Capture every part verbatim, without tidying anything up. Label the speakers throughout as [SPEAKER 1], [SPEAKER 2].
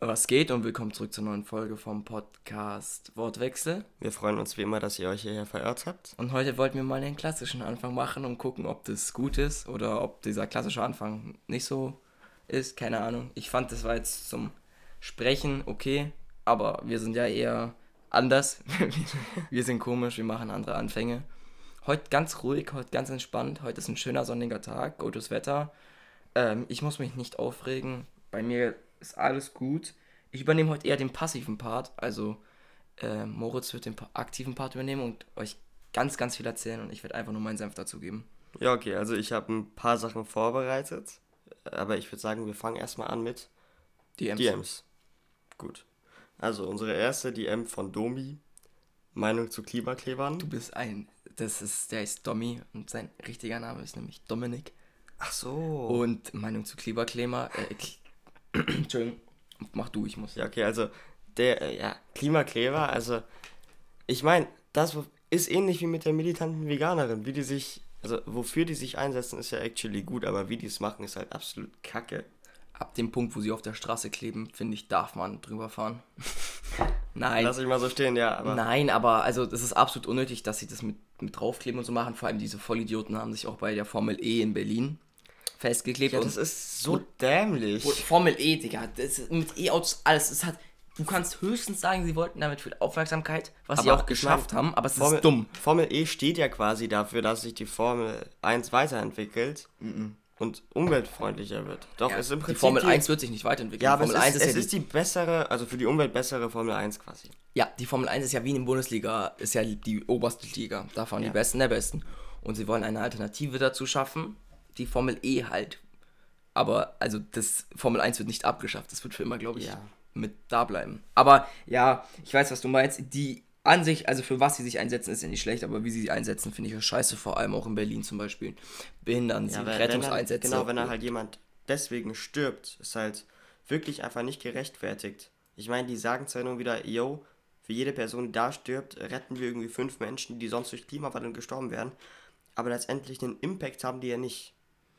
[SPEAKER 1] Was geht und willkommen zurück zur neuen Folge vom Podcast Wortwechsel.
[SPEAKER 2] Wir freuen uns wie immer, dass ihr euch hierher verirrt habt.
[SPEAKER 1] Und heute wollten wir mal den klassischen Anfang machen und gucken, ob das gut ist oder ob dieser klassische Anfang nicht so ist. Keine Ahnung. Ich fand, das war jetzt zum Sprechen okay, aber wir sind ja eher anders. Wir sind komisch, wir machen andere Anfänge. Heute ganz ruhig, heute ganz entspannt. Heute ist ein schöner sonniger Tag, gutes Wetter. Ähm, ich muss mich nicht aufregen. Bei mir ist alles gut. Ich übernehme heute eher den passiven Part. Also äh, Moritz wird den pa- aktiven Part übernehmen und euch ganz, ganz viel erzählen. Und ich werde einfach nur meinen Senf dazugeben.
[SPEAKER 2] Ja, okay, also ich habe ein paar Sachen vorbereitet. Aber ich würde sagen, wir fangen erstmal an mit
[SPEAKER 1] D Ms.
[SPEAKER 2] D Ms. Gut. Also unsere erste D M von Domi. Meinung zu Klimaklebern.
[SPEAKER 1] Du bist ein... Das ist... Der ist Domi und sein richtiger Name ist nämlich Dominik.
[SPEAKER 2] Ach so.
[SPEAKER 1] Und Meinung zu Klimakleber... Äh, Kl- Entschuldigung. Mach du, ich muss.
[SPEAKER 2] Ja, okay, also der, äh, ja, Klimakleber, also ich meine, das ist ähnlich wie mit der militanten Veganerin, wie die sich, also wofür die sich einsetzen, ist ja actually gut, aber wie die es machen, ist halt absolut kacke.
[SPEAKER 1] Ab dem Punkt, wo sie auf der Straße kleben, finde ich, darf man drüber fahren. Nein.
[SPEAKER 2] Lass ich mal so stehen, ja, aber...
[SPEAKER 1] Nein, aber also das ist absolut unnötig, dass sie das mit, mit draufkleben und so machen. Vor allem diese Vollidioten haben sich auch bei der Formel E in Berlin festgeklebt.
[SPEAKER 2] Ja,
[SPEAKER 1] und
[SPEAKER 2] das ist so dämlich.
[SPEAKER 1] Formel E, Digga, das ist mit E-Autos alles, es hat, du kannst höchstens sagen, sie wollten damit viel Aufmerksamkeit, was sie
[SPEAKER 2] Aber
[SPEAKER 1] auch
[SPEAKER 2] ich
[SPEAKER 1] geschafft
[SPEAKER 2] mein,
[SPEAKER 1] haben, aber es
[SPEAKER 2] Formel,
[SPEAKER 1] ist dumm.
[SPEAKER 2] Formel E steht ja quasi dafür, dass sich die Formel eins weiterentwickelt und umweltfreundlicher wird. Doch,
[SPEAKER 1] Ja,
[SPEAKER 2] ist im
[SPEAKER 1] die
[SPEAKER 2] Prinzip
[SPEAKER 1] Formel eins wird sich nicht weiterentwickeln.
[SPEAKER 2] Ja, aber
[SPEAKER 1] Formel
[SPEAKER 2] es,
[SPEAKER 1] eins
[SPEAKER 2] ist,
[SPEAKER 1] ist,
[SPEAKER 2] es
[SPEAKER 1] ja
[SPEAKER 2] ist
[SPEAKER 1] die,
[SPEAKER 2] die bessere, also für die Umwelt bessere Formel eins quasi.
[SPEAKER 1] ja, die Formel eins ist ja wie in der Bundesliga, ist ja die oberste Liga, da fahren
[SPEAKER 2] Ja.
[SPEAKER 1] die Besten der Besten. Und sie wollen eine Alternative dazu schaffen, die Formel E halt. Aber, also, das Formel eins wird nicht abgeschafft, das wird für immer, glaube ich,
[SPEAKER 2] Ja.
[SPEAKER 1] mit da bleiben. Aber, ja, ich weiß, was du meinst. Die an sich, also für was sie sich einsetzen, ist ja nicht schlecht, aber wie sie sie einsetzen, finde ich das scheiße, vor allem auch in Berlin zum Beispiel. Behindern sie
[SPEAKER 2] Ja, weil-
[SPEAKER 1] Rettungseinsätze.
[SPEAKER 2] Wenn dann, genau, wenn da halt jemand deswegen stirbt, ist halt wirklich einfach nicht gerechtfertigt. Ich meine, die sagen zwar nur wieder, yo, für jede Person, die da stirbt, retten wir irgendwie fünf Menschen, die sonst durch Klimawandel gestorben wären. Aber letztendlich einen Impact haben die ja nicht.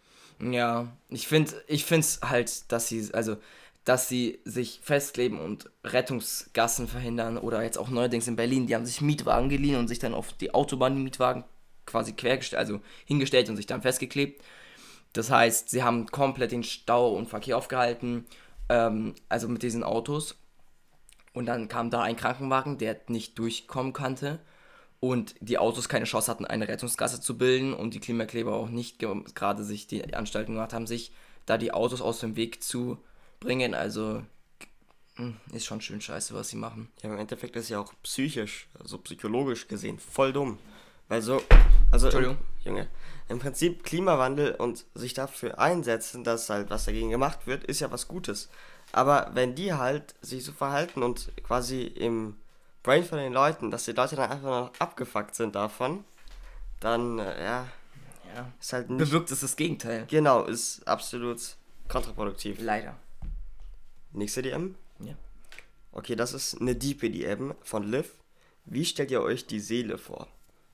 [SPEAKER 1] Ja, ich finde ich finde es halt, dass sie, also, dass sie sich festkleben und Rettungsgassen verhindern oder jetzt auch neuerdings in Berlin, die haben sich Mietwagen geliehen und sich dann auf die Autobahn die Mietwagen quasi quergestellt, also hingestellt und sich dann festgeklebt. Das heißt, sie haben komplett den Stau und Verkehr aufgehalten, ähm, also mit diesen Autos. Und dann kam da ein Krankenwagen, der nicht durchkommen konnte. Und die Autos keine Chance hatten, eine Rettungsgasse zu bilden. Und die Klimakleber auch nicht ge- gerade sich die Anstalten gemacht haben, sich da die Autos aus dem Weg zu bringen. Also mh, ist schon schön scheiße, was sie machen.
[SPEAKER 2] Ja, im Endeffekt ist ja auch psychisch, also psychologisch gesehen, voll dumm. Weil so, also,
[SPEAKER 1] Entschuldigung.
[SPEAKER 2] Im, Junge, im Prinzip Klimawandel und sich dafür einsetzen, dass halt was dagegen gemacht wird, ist ja was Gutes. Aber wenn die halt sich so verhalten und quasi im Brain von den Leuten, dass die Leute dann einfach noch abgefuckt sind davon, dann, äh, ja,
[SPEAKER 1] Ja.
[SPEAKER 2] ist halt nicht,
[SPEAKER 1] Bewirkt es das Gegenteil.
[SPEAKER 2] genau, ist absolut kontraproduktiv.
[SPEAKER 1] Leider.
[SPEAKER 2] Nächste D M?
[SPEAKER 1] Ja.
[SPEAKER 2] Okay, das ist eine diepe D M von Liv. Wie stellt ihr euch die Seele vor?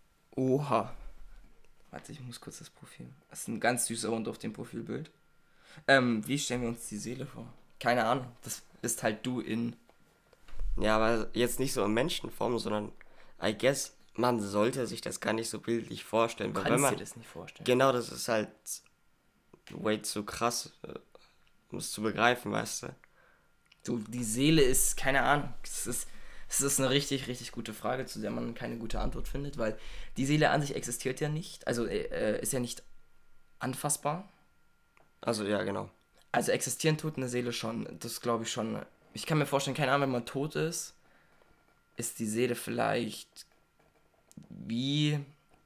[SPEAKER 1] Oha. Warte, ich muss kurz das Profil. Das ist ein ganz süßer Hund auf dem Profilbild. Ähm, wie stellen wir uns die Seele vor? Keine Ahnung. Das bist halt du in...
[SPEAKER 2] Ja, aber jetzt nicht so in Menschenform, sondern I guess, man sollte sich das gar nicht so bildlich vorstellen.
[SPEAKER 1] Du
[SPEAKER 2] Weil wenn
[SPEAKER 1] kannst
[SPEAKER 2] man,
[SPEAKER 1] dir das nicht vorstellen.
[SPEAKER 2] genau, das ist halt way zu krass, äh, um es zu begreifen, weißt du.
[SPEAKER 1] Du, die Seele ist, keine Ahnung, es ist, es ist eine richtig, richtig gute Frage, zu der man keine gute Antwort findet, weil die Seele an sich existiert ja nicht, also äh, ist ja nicht anfassbar.
[SPEAKER 2] Also ja, genau.
[SPEAKER 1] Also existieren tut eine Seele schon, das glaube ich schon. Ich kann mir vorstellen, keine Ahnung, wenn man tot ist, ist die Seele vielleicht wie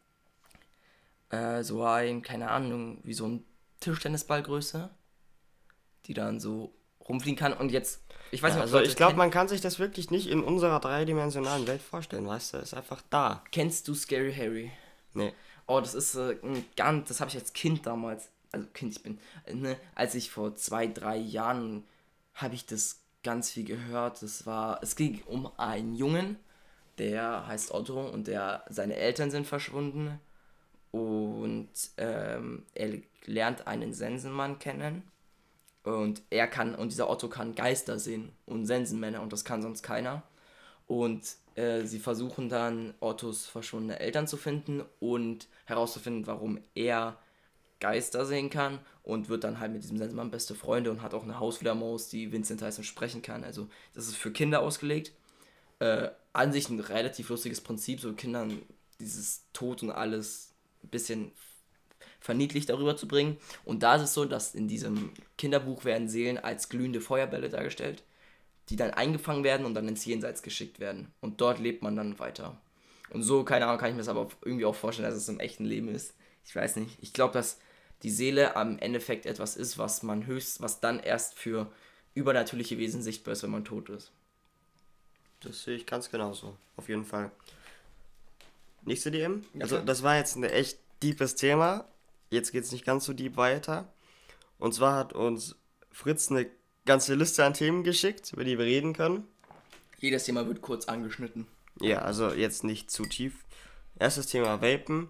[SPEAKER 1] äh, so ein, keine Ahnung, wie so ein Tischtennisballgröße, die dann so rumfliegen kann und jetzt, ich weiß
[SPEAKER 2] Ja,
[SPEAKER 1] nicht, ob
[SPEAKER 2] also
[SPEAKER 1] Leute
[SPEAKER 2] ich glaube,
[SPEAKER 1] kennen-
[SPEAKER 2] man kann sich das wirklich nicht in unserer dreidimensionalen Welt vorstellen, weißt du, ist einfach da.
[SPEAKER 1] Kennst du Scary Harry?
[SPEAKER 2] Nee.
[SPEAKER 1] Oh, das ist äh, ein ganz, das habe ich als Kind damals, also Kind, ich bin, äh, ne, als ich vor zwei, drei Jahren habe ich das ganz viel gehört. Das war, es ging um einen Jungen, der heißt Otto und der, seine Eltern sind verschwunden und ähm, er lernt einen Sensenmann kennen Und er kann, und dieser Otto kann Geister sehen und Sensenmänner und das kann sonst keiner. Und äh, sie versuchen dann, Ottos verschwundene Eltern zu finden und herauszufinden, warum er Geister sehen kann und wird dann halt mit diesem Sensenmann beste Freunde und hat auch eine Hausfledermaus, die Vincent heißt und sprechen kann. Also das ist für Kinder ausgelegt. Äh, an sich ein relativ lustiges Prinzip, so Kindern dieses Tod und alles ein bisschen verniedlicht darüber zu bringen. Und da ist es so, dass in diesem Kinderbuch werden Seelen als glühende Feuerbälle dargestellt, die dann eingefangen werden und dann ins Jenseits geschickt werden. Und dort lebt man dann weiter. Und so, keine Ahnung, kann ich mir das aber irgendwie auch vorstellen, dass es im echten Leben ist. Ich weiß nicht. Ich glaube, dass die Seele am Endeffekt etwas ist, was man höchst, was dann erst für übernatürliche Wesen sichtbar ist, wenn man tot ist.
[SPEAKER 2] Das sehe ich ganz genauso, auf jeden Fall. Nächste D M?
[SPEAKER 1] Ja,
[SPEAKER 2] Also
[SPEAKER 1] klar.
[SPEAKER 2] das war jetzt ein echt deepes Thema. Jetzt geht es nicht ganz so deep weiter. Und zwar hat uns Fritz eine ganze Liste an Themen geschickt, über die wir reden können.
[SPEAKER 1] Jedes Thema wird kurz angeschnitten.
[SPEAKER 2] Ja, also jetzt nicht zu tief. Erstes Thema Vapen.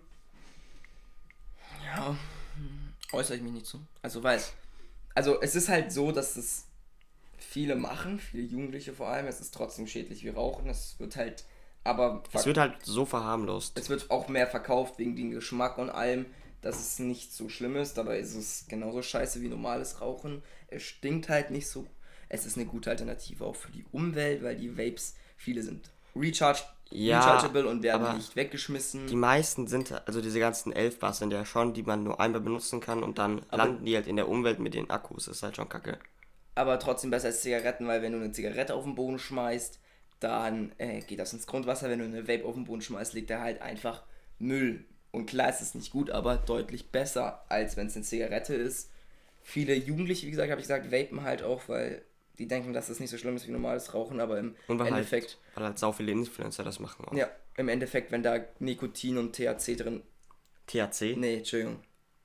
[SPEAKER 1] Ja, äußere ich mich nicht zu. Also, weil, also es ist halt so, dass es viele machen, viele Jugendliche vor allem. Es ist trotzdem schädlich wie Rauchen. Es wird halt, aber
[SPEAKER 2] Es wird halt so verharmlost.
[SPEAKER 1] es wird auch mehr verkauft wegen dem Geschmack und allem, dass es nicht so schlimm ist. Dabei ist es genauso scheiße wie normales Rauchen. Es stinkt halt nicht so. Es ist eine gute Alternative auch für die Umwelt, weil die Vapes, viele sind recharge,
[SPEAKER 2] Ja,
[SPEAKER 1] rechargeable und werden
[SPEAKER 2] aber
[SPEAKER 1] nicht weggeschmissen.
[SPEAKER 2] Die meisten sind, also diese ganzen elf Bars sind ja schon, die man nur einmal benutzen kann und dann
[SPEAKER 1] Aber-
[SPEAKER 2] landen die halt in der Umwelt mit den Akkus. Das ist halt schon kacke.
[SPEAKER 1] Aber trotzdem besser als Zigaretten, weil wenn du eine Zigarette auf den Boden schmeißt, dann äh, geht das ins Grundwasser. Wenn du eine Vape auf den Boden schmeißt, liegt da halt einfach Müll. Und klar ist es nicht gut, aber deutlich besser, als wenn es eine Zigarette ist. Viele Jugendliche, wie gesagt, habe ich gesagt, vapen halt auch, weil die denken, dass das nicht so schlimm ist wie normales Rauchen, aber im
[SPEAKER 2] Und weil
[SPEAKER 1] Endeffekt,
[SPEAKER 2] halt, weil halt sau viele Influencer das machen auch.
[SPEAKER 1] ja, im Endeffekt, wenn da Nikotin und T H C drin,
[SPEAKER 2] T H C?
[SPEAKER 1] nee, Entschuldigung,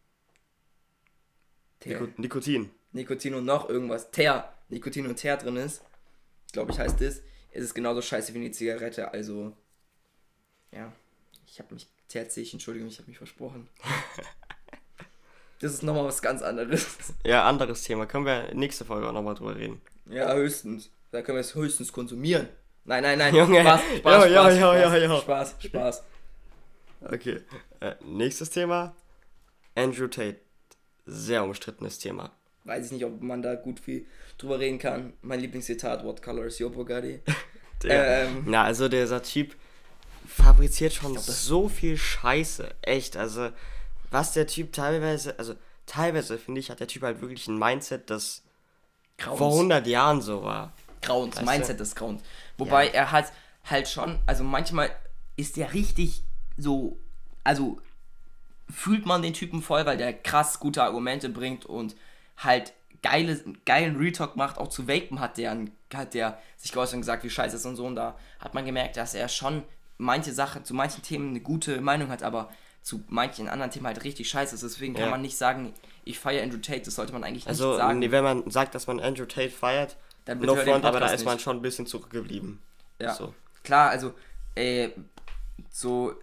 [SPEAKER 1] T-
[SPEAKER 2] Niko Nikotin.
[SPEAKER 1] Nikotin und noch irgendwas, Teer, Nikotin und Teer drin ist, glaube ich heißt es, ist es genauso scheiße wie eine Zigarette, also, ja, ich habe mich, T H C, ich entschuldige mich, ich habe mich versprochen. Das ist nochmal was ganz anderes.
[SPEAKER 2] Ja, anderes Thema. Können wir nächste Folge auch nochmal drüber reden.
[SPEAKER 1] Ja, höchstens. Da können wir es höchstens konsumieren. Nein, nein, nein,
[SPEAKER 2] Junge.
[SPEAKER 1] Spaß, Spaß,
[SPEAKER 2] Ja,
[SPEAKER 1] Spaß,
[SPEAKER 2] ja,
[SPEAKER 1] Spaß,
[SPEAKER 2] ja,
[SPEAKER 1] Spaß,
[SPEAKER 2] ja, ja.
[SPEAKER 1] Spaß, Spaß.
[SPEAKER 2] Okay. Äh, nächstes Thema. Andrew Tate. Sehr umstrittenes Thema.
[SPEAKER 1] Weiß ich nicht, ob man da gut viel drüber reden kann. Mein Lieblingszitat, what color is your Bugatti?
[SPEAKER 2] Der,
[SPEAKER 1] Ähm.
[SPEAKER 2] Na, also dieser Typ fabriziert schon
[SPEAKER 1] glaub, das-
[SPEAKER 2] so viel Scheiße. Echt, also was der Typ teilweise, also teilweise finde ich, hat der Typ halt wirklich ein Mindset, das
[SPEAKER 1] Grauens.
[SPEAKER 2] vor hundert Jahren so war.
[SPEAKER 1] Grauens,
[SPEAKER 2] Weißt
[SPEAKER 1] Mindset des Grauens. Wobei
[SPEAKER 2] Ja.
[SPEAKER 1] er hat halt schon, also manchmal ist der richtig so, also fühlt man den Typen voll, weil der krass gute Argumente bringt und halt geile, geilen Retalk macht. Auch zu Vapen hat der, hat der sich geäußert und gesagt, wie scheiße es ist und so. Und da hat man gemerkt, dass er schon manche Sachen, zu manchen Themen eine gute Meinung hat, aber zu manchen anderen Themen halt richtig scheiße ist. Deswegen kann
[SPEAKER 2] Ja.
[SPEAKER 1] man nicht sagen, ich feiere Andrew Tate. Das sollte man eigentlich
[SPEAKER 2] Also,
[SPEAKER 1] nicht sagen.
[SPEAKER 2] nee, wenn man sagt, dass man Andrew Tate feiert,
[SPEAKER 1] Dann bitte
[SPEAKER 2] no
[SPEAKER 1] hör den
[SPEAKER 2] front, aber da
[SPEAKER 1] Podcast
[SPEAKER 2] ist man
[SPEAKER 1] nicht.
[SPEAKER 2] schon ein bisschen zurückgeblieben.
[SPEAKER 1] Ja,
[SPEAKER 2] So.
[SPEAKER 1] klar, also, äh, so,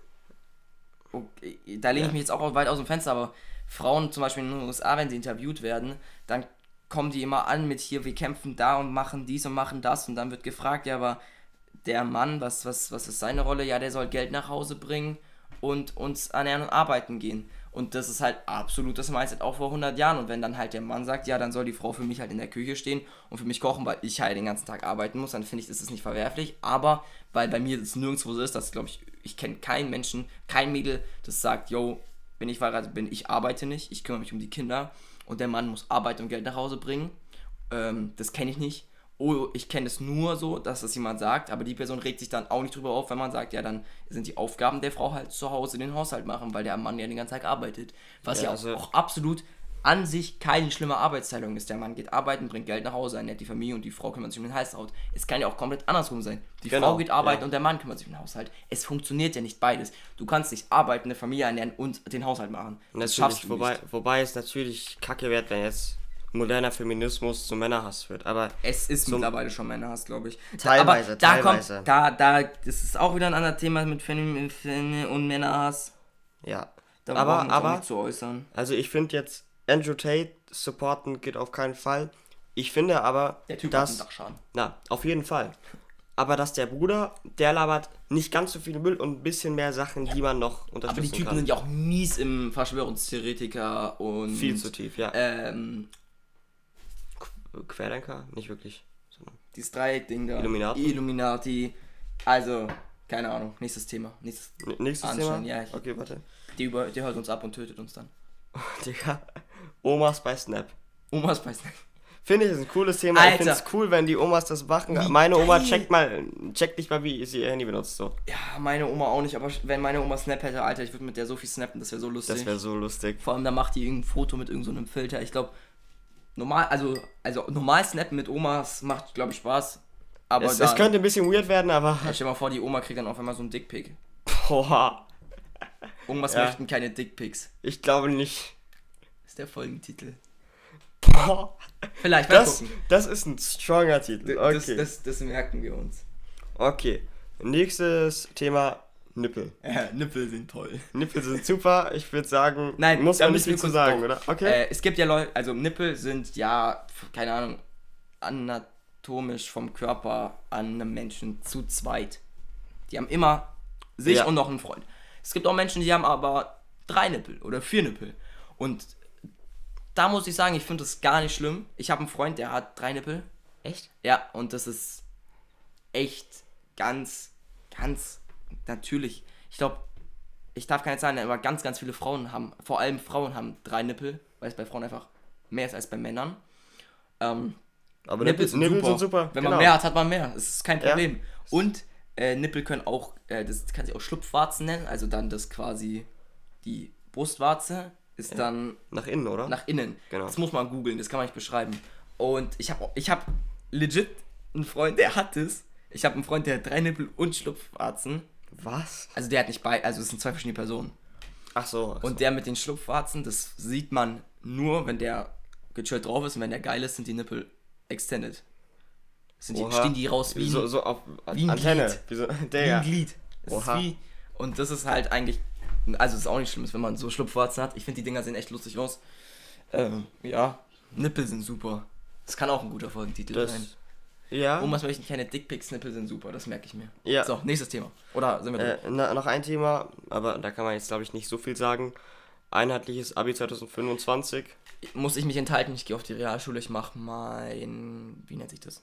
[SPEAKER 1] okay, da lehne ich
[SPEAKER 2] Ja.
[SPEAKER 1] mich jetzt auch weit aus dem Fenster, aber Frauen zum Beispiel in den U S A, wenn sie interviewt werden, dann kommen die immer an mit hier, wir kämpfen da und machen dies und machen das und dann wird gefragt, ja, aber der Mann, was, was, was ist seine Rolle? Ja, der soll Geld nach Hause bringen und uns ernähren und arbeiten gehen. Und das ist halt absolut das Mindset auch vor hundert Jahren. Und wenn dann halt der Mann sagt, ja, dann soll die Frau für mich halt in der Küche stehen und für mich kochen, weil ich halt den ganzen Tag arbeiten muss, dann finde ich, das ist nicht verwerflich. Aber weil bei mir das nirgendwo so ist, dass, glaube ich, ich kenne keinen Menschen, kein Mädel, das sagt, yo, wenn ich verheiratet bin, ich arbeite nicht, ich kümmere mich um die Kinder und der Mann muss Arbeit und Geld nach Hause bringen. Ähm, das kenne ich nicht. Oh, ich kenne es nur so, dass das jemand sagt, aber die Person regt sich dann auch nicht drüber auf, wenn man sagt, ja, dann sind die Aufgaben der Frau halt zu Hause den Haushalt machen, weil der Mann ja den ganzen Tag arbeitet. Was ja,
[SPEAKER 2] Ja,
[SPEAKER 1] auch,
[SPEAKER 2] also-
[SPEAKER 1] auch absolut an sich keine schlimme Arbeitsteilung ist. Der Mann geht arbeiten, bringt Geld nach Hause, ernährt die Familie und die Frau kümmert sich um den Haushalt. Es kann ja auch komplett andersrum sein. Die
[SPEAKER 2] Genau,
[SPEAKER 1] Frau geht arbeiten
[SPEAKER 2] ja.
[SPEAKER 1] und der Mann kümmert sich um den Haushalt. Es funktioniert ja nicht beides. Du kannst nicht arbeiten, eine Familie ernähren und den Haushalt machen. Das schaffst
[SPEAKER 2] Natürlich,
[SPEAKER 1] du
[SPEAKER 2] wobei,
[SPEAKER 1] nicht.
[SPEAKER 2] wobei es natürlich kacke wird, wenn jetzt moderner Feminismus zu Männerhass wird. Aber
[SPEAKER 1] Es ist
[SPEAKER 2] So-
[SPEAKER 1] mittlerweile schon Männerhass, glaube ich.
[SPEAKER 2] Teilweise,
[SPEAKER 1] Aber da
[SPEAKER 2] teilweise.
[SPEAKER 1] kommt, da, da, das ist auch wieder ein anderes Thema mit Fem Fem und Männerhass.
[SPEAKER 2] ja.
[SPEAKER 1] Da
[SPEAKER 2] Aber-
[SPEAKER 1] brauchen wir uns auch
[SPEAKER 2] aber-
[SPEAKER 1] nicht zu äußern.
[SPEAKER 2] Also ich finde jetzt, Andrew Tate supporten geht auf keinen Fall. Ich finde aber,
[SPEAKER 1] Der Typ
[SPEAKER 2] dass...
[SPEAKER 1] hat einen Dachschaden.
[SPEAKER 2] Na, auf jeden Fall. Aber dass der Bruder, der labert nicht ganz so viel Müll und ein bisschen mehr Sachen, die man noch unterstützen kann.
[SPEAKER 1] Aber die Typen
[SPEAKER 2] kann.
[SPEAKER 1] sind ja auch mies im Verschwörungstheoretiker und...
[SPEAKER 2] Viel zu tief, ja.
[SPEAKER 1] Ähm,
[SPEAKER 2] Querdenker? Nicht wirklich.
[SPEAKER 1] dieses Dreieck-Ding da.
[SPEAKER 2] Illuminati?
[SPEAKER 1] Illuminati. Also, keine Ahnung. Nächstes Thema. Nächstes
[SPEAKER 2] N nächstes
[SPEAKER 1] Anschauen,
[SPEAKER 2] Thema?
[SPEAKER 1] ja. Ich,
[SPEAKER 2] Okay, warte.
[SPEAKER 1] die, über, die hört uns ab und tötet uns dann.
[SPEAKER 2] Digga. Omas bei Snap.
[SPEAKER 1] Omas bei Snap.
[SPEAKER 2] Finde ich, ist ein cooles Thema.
[SPEAKER 1] Alter.
[SPEAKER 2] Ich finde es cool, wenn die Omas das machen.
[SPEAKER 1] Wie
[SPEAKER 2] Meine Oma
[SPEAKER 1] geil.
[SPEAKER 2] checkt mal, checkt nicht mal, wie sie ihr Handy benutzt. So.
[SPEAKER 1] Ja, meine Oma auch nicht, aber wenn meine Oma Snap hätte, Alter, ich würde mit der so viel snappen, das wäre so lustig.
[SPEAKER 2] Das wäre so lustig.
[SPEAKER 1] Vor allem, da macht die irgendein Foto mit irgendeinem so einem Filter. Ich glaube, normal, also, also normal snappen mit Omas macht, glaube ich, Spaß. Aber
[SPEAKER 2] Es,
[SPEAKER 1] dann,
[SPEAKER 2] es könnte ein bisschen weird werden, aber...
[SPEAKER 1] ja, stell dir mal vor, die Oma kriegt dann auf einmal so einen Dickpick.
[SPEAKER 2] Boah.
[SPEAKER 1] Omas
[SPEAKER 2] Ja.
[SPEAKER 1] möchten keine Dickpics.
[SPEAKER 2] Ich glaube nicht.
[SPEAKER 1] Das ist der Folgentitel.
[SPEAKER 2] Boah.
[SPEAKER 1] Vielleicht, mal
[SPEAKER 2] Das,
[SPEAKER 1] gucken.
[SPEAKER 2] das ist ein stronger Titel. Okay.
[SPEAKER 1] Das, das, das merken wir uns.
[SPEAKER 2] Okay. Nächstes Thema: Nippel.
[SPEAKER 1] Ja, Nippel sind toll.
[SPEAKER 2] Nippel sind super. Ich würde sagen,
[SPEAKER 1] Nein,
[SPEAKER 2] muss
[SPEAKER 1] da
[SPEAKER 2] man nicht
[SPEAKER 1] müssen wir
[SPEAKER 2] viel zu
[SPEAKER 1] kurz
[SPEAKER 2] sagen,
[SPEAKER 1] drauf.
[SPEAKER 2] oder? Okay.
[SPEAKER 1] Äh, es gibt ja Leute, also Nippel sind ja, keine Ahnung, anatomisch vom Körper an einem Menschen zu zweit. Die haben immer sich
[SPEAKER 2] Ja.
[SPEAKER 1] und noch einen Freund. Es gibt auch Menschen, die haben aber drei Nippel oder vier Nippel. Und da muss ich sagen, ich finde das gar nicht schlimm. Ich habe einen Freund, der hat drei Nippel.
[SPEAKER 2] Echt?
[SPEAKER 1] Ja, und das ist echt ganz, ganz natürlich. Ich glaube, ich darf keine Zahlen nennen, aber ganz, ganz viele Frauen haben, vor allem Frauen haben drei Nippel, weil es bei Frauen einfach mehr ist als bei Männern. Ähm,
[SPEAKER 2] Aber
[SPEAKER 1] Nippel, sind, super.
[SPEAKER 2] sind super.
[SPEAKER 1] Wenn
[SPEAKER 2] genau.
[SPEAKER 1] man mehr hat, hat man mehr. Das ist kein
[SPEAKER 2] Ja.
[SPEAKER 1] Problem. Und äh, Nippel können auch, äh, das kann sich auch Schlupfwarzen nennen, also dann das quasi die Brustwarze ist dann
[SPEAKER 2] Nach innen, oder?
[SPEAKER 1] nach innen.
[SPEAKER 2] Genau.
[SPEAKER 1] Das muss man googeln, das kann man nicht beschreiben. Und ich habe ich hab legit einen Freund, der hat es. Ich habe einen Freund, der hat drei Nippel und Schlupfwarzen.
[SPEAKER 2] Was?
[SPEAKER 1] Also der hat nicht bei, also es sind zwei verschiedene Personen.
[SPEAKER 2] Ach so. Ach so.
[SPEAKER 1] Und der mit den Schlupfwarzen, das sieht man nur, wenn der gechillt drauf ist und wenn der geil ist, sind die Nippel extended. Sind die,
[SPEAKER 2] Oha.
[SPEAKER 1] stehen die raus wie,
[SPEAKER 2] so,
[SPEAKER 1] ein,
[SPEAKER 2] so auf
[SPEAKER 1] wie ein
[SPEAKER 2] Antenne.
[SPEAKER 1] Glied.
[SPEAKER 2] Wie so,
[SPEAKER 1] wie
[SPEAKER 2] der.
[SPEAKER 1] ein Glied. Das ist
[SPEAKER 2] Oha.
[SPEAKER 1] wie, und das ist halt eigentlich, also es ist auch nicht schlimm, wenn man so Schlupfwarzen hat. Ich finde, die Dinger sehen echt lustig aus. Ähm, ja, Nippel sind super. Das kann auch ein guter Folgentitel
[SPEAKER 2] Das,
[SPEAKER 1] sein.
[SPEAKER 2] ja.
[SPEAKER 1] Omas möchten keine Dickpics, Nippel sind super, das merke ich mir.
[SPEAKER 2] Ja.
[SPEAKER 1] So, nächstes Thema. Oder sind wir durch?
[SPEAKER 2] Äh, na, noch ein Thema, aber da kann man jetzt, glaube ich, nicht so viel sagen. Einheitliches Abi zwanzig fünfundzwanzig.
[SPEAKER 1] Muss ich mich enthalten, ich gehe auf die Realschule, ich mache mein, wie nennt sich das?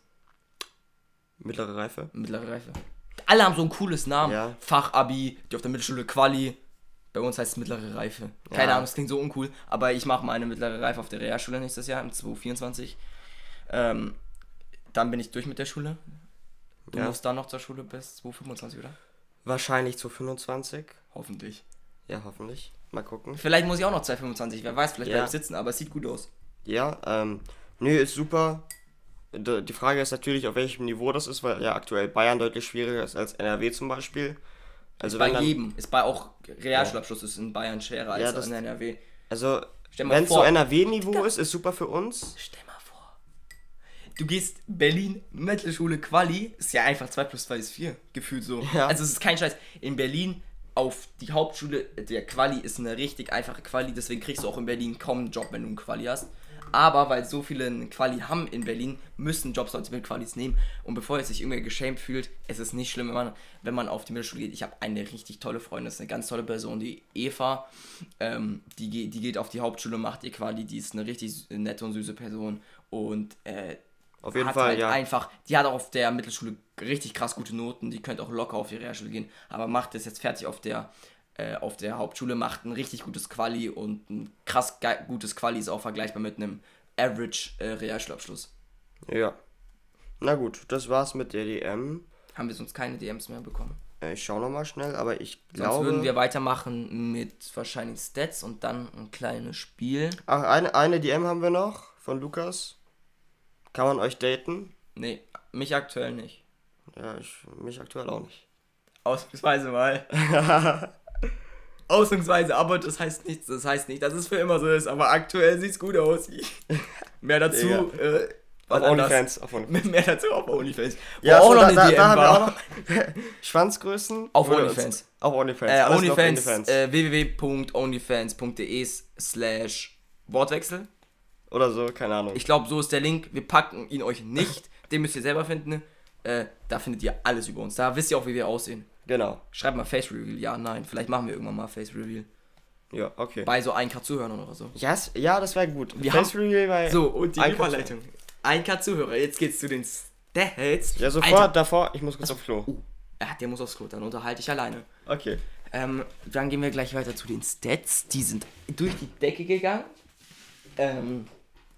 [SPEAKER 2] Mittlere Reife.
[SPEAKER 1] Mittlere Reife. Alle haben so ein cooles Namen.
[SPEAKER 2] Ja.
[SPEAKER 1] Fachabi, die auf der Mittelschule Quali. Bei uns heißt es mittlere Reife. Keine
[SPEAKER 2] Ja.
[SPEAKER 1] Ahnung, das klingt so uncool, aber ich mache meine mittlere Reife auf der Realschule nächstes Jahr, im zwanzig vierundzwanzig. Ähm, dann bin ich durch mit der Schule. Du
[SPEAKER 2] Ja.
[SPEAKER 1] musst dann noch zur Schule bis zwanzig fünfundzwanzig, oder?
[SPEAKER 2] Wahrscheinlich zu fünfundzwanzig.
[SPEAKER 1] Hoffentlich.
[SPEAKER 2] Ja, hoffentlich. Mal gucken.
[SPEAKER 1] Vielleicht muss ich auch noch zwanzig fünfundzwanzig, wer weiß, vielleicht
[SPEAKER 2] Ja.
[SPEAKER 1] bleib ich sitzen, aber es sieht gut aus.
[SPEAKER 2] Ja, ähm, nö, ist super. D- Die Frage ist natürlich, auf welchem Niveau das ist, weil ja aktuell Bayern deutlich schwieriger ist als N R W zum Beispiel. Also
[SPEAKER 1] ist bei
[SPEAKER 2] wenn dann,
[SPEAKER 1] jedem. Ist bei auch Realschulabschluss ist in Bayern schwerer als
[SPEAKER 2] Ja, das-
[SPEAKER 1] in N R W.
[SPEAKER 2] also
[SPEAKER 1] Stell mal
[SPEAKER 2] wenn es so
[SPEAKER 1] vor.
[SPEAKER 2] N R W-Niveau ist, ist super für uns.
[SPEAKER 1] Stell mal vor. Du gehst Berlin, Mittelschule, Quali, ist ja einfach zwei plus zwei ist vier, gefühlt so.
[SPEAKER 2] Ja.
[SPEAKER 1] Also es ist kein Scheiß. In Berlin auf die Hauptschule, der Quali ist eine richtig einfache Quali, deswegen kriegst du auch in Berlin kaum einen Job, wenn du einen Quali hast. Aber weil so viele einen Quali haben in Berlin, müssen Jobs mit Qualis nehmen. Und bevor jetzt sich irgendwer geschämt fühlt, es ist nicht schlimm, wenn man, wenn man auf die Mittelschule geht. Ich habe eine richtig tolle Freundin, das ist eine ganz tolle Person, die Eva, ähm, die, ge- die geht auf die Hauptschule, macht ihr Quali, die ist eine richtig nette und süße Person. Und äh,
[SPEAKER 2] Auf jeden
[SPEAKER 1] hat
[SPEAKER 2] Fall,
[SPEAKER 1] halt
[SPEAKER 2] ja.
[SPEAKER 1] einfach, die hat auch auf der Mittelschule richtig krass gute Noten, die könnte auch locker auf die Realschule gehen, aber macht das jetzt fertig auf der äh, auf der Hauptschule, macht ein richtig gutes Quali und ein krass ge- gutes Quali ist auch vergleichbar mit einem Average äh, Realschulabschluss.
[SPEAKER 2] Ja. Na gut, das war's mit der D M.
[SPEAKER 1] Haben wir sonst keine D Ms mehr bekommen.
[SPEAKER 2] Äh, Ich schau nochmal schnell, aber ich
[SPEAKER 1] Sonst
[SPEAKER 2] glaube...
[SPEAKER 1] würden wir weitermachen mit wahrscheinlich Stats und dann ein kleines Spiel.
[SPEAKER 2] Ach, eine, eine D M haben wir noch von Lukas. Kann man euch daten?
[SPEAKER 1] Nee, mich aktuell nicht.
[SPEAKER 2] Ja, ich, mich aktuell auch nicht.
[SPEAKER 1] Ausnahmsweise mal. Ausnahmsweise, aber das heißt nichts. Das heißt nicht, dass es für immer so ist, aber aktuell sieht's gut aus. Mehr dazu,
[SPEAKER 2] Digga.
[SPEAKER 1] äh,
[SPEAKER 2] Auf
[SPEAKER 1] wann anders.
[SPEAKER 2] OnlyFans. Auf OnlyFans.
[SPEAKER 1] Mehr dazu auf OnlyFans. Wo
[SPEAKER 2] Ja,
[SPEAKER 1] auch
[SPEAKER 2] so,
[SPEAKER 1] noch
[SPEAKER 2] da,
[SPEAKER 1] eine
[SPEAKER 2] da,
[SPEAKER 1] D M
[SPEAKER 2] da haben wir
[SPEAKER 1] war.
[SPEAKER 2] auch noch Schwanzgrößen.
[SPEAKER 1] Auf
[SPEAKER 2] Oder-
[SPEAKER 1] OnlyFans.
[SPEAKER 2] Auf OnlyFans.
[SPEAKER 1] Äh,
[SPEAKER 2] Alles nur auf
[SPEAKER 1] OnlyFans, äh, w w w punkt onlyfans punkt d e slash Wortwechsel.
[SPEAKER 2] oder so, keine Ahnung.
[SPEAKER 1] Ich glaube, so ist der Link. Wir packen ihn euch nicht. Den müsst ihr selber finden. Äh, da findet ihr alles über uns. Da wisst ihr auch, wie wir aussehen.
[SPEAKER 2] Genau.
[SPEAKER 1] Schreibt mal Face Reveal. Ja, nein. Vielleicht machen wir irgendwann mal Face Reveal.
[SPEAKER 2] Ja, okay.
[SPEAKER 1] Bei so ein K Zuhörern oder so.
[SPEAKER 2] Yes, ja, das wäre gut.
[SPEAKER 1] Wir
[SPEAKER 2] Face
[SPEAKER 1] haben,
[SPEAKER 2] Reveal bei
[SPEAKER 1] so, und die
[SPEAKER 2] ein K
[SPEAKER 1] Überleitung. ein K Zuhörer. Jetzt geht's zu den Stats.
[SPEAKER 2] Ja, sofort
[SPEAKER 1] Alter.
[SPEAKER 2] davor. Ich muss kurz aufs Klo.
[SPEAKER 1] Oh, ja, der muss aufs Klo. Dann unterhalte ich alleine.
[SPEAKER 2] Okay.
[SPEAKER 1] Ähm, dann gehen wir gleich weiter zu den Stats. Die sind durch die Decke gegangen. Ähm,